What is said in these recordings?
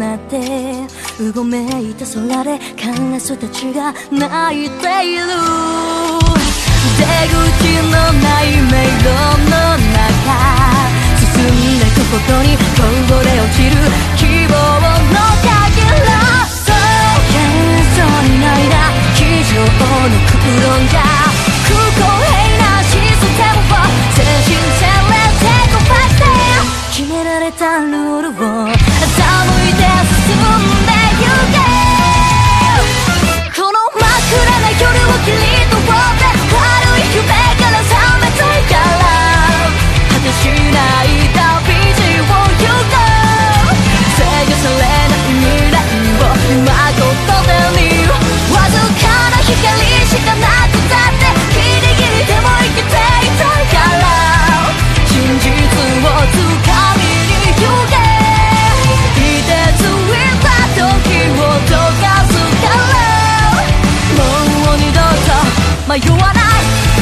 なってうごめいた空でカラスたちが泣いている。出口のない迷路の中進んでくことにこぼれ落ちる希望のかけら。そう幻想にないな机上の空論じゃ不公平なシステムを精神戦略テイクファイト決められたルールを欺いて進んでゆけ。この真っ暗な夜を切り取って軽い夢から覚めたいから果てしない旅路を行こう。制御されない未来を今ここでにわずかな光しかなくたってギリギリでも生きていたいから真実を掴みに行け。いてついた時を溶かすからもう二度と迷わない。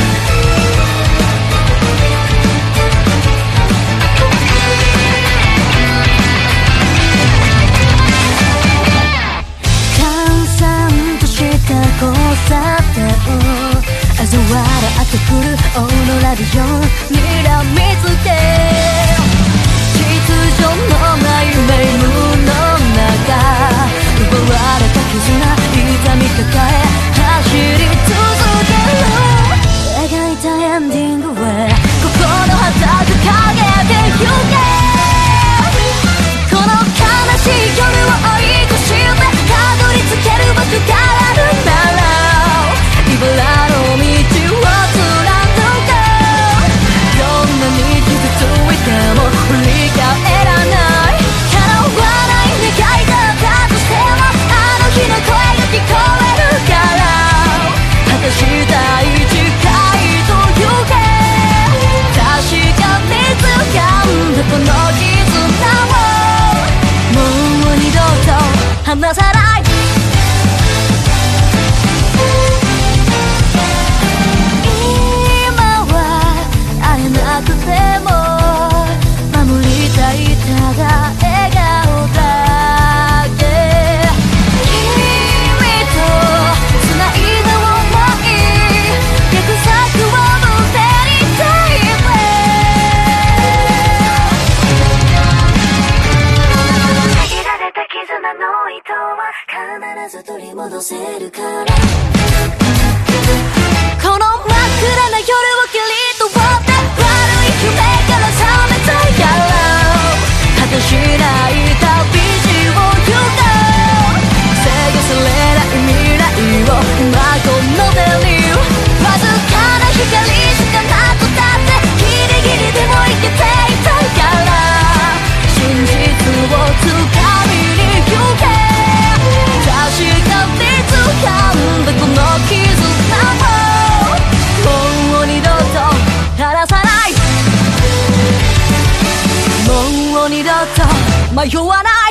交差点嘲笑ってくるオーロラビジョンにらみつけ秩序のないメイムの中奪われた絆痛み抱え走り続ける。描いたエンディングへ心旗掲げてゆけ。この悲しい夜を追い越してたどり着ける場所があるなら茨の道を貫こう。どんなに傷ついても振り返らない叶わない願いだったとしてもあの日の声が聞こえるから果たしたい誓いと行け。確かに掴んだこの絆をもう二度と離さない。今は会えなくても守りたいただ笑顔だけ。君と繋いだ想い逆策を胸に抱いて限られた絆の糸は必ず取り戻せるから。この真っ暗な夜を切り取って悪い夢から覚めたいから果てしない旅路を行こう。制御されない未来を今この手にわずかな光しかなくたってギリギリでも生きていたいから真実を掴みに行け。確かに掴んだこの絆もう二度と離さない。もう二度と迷わない。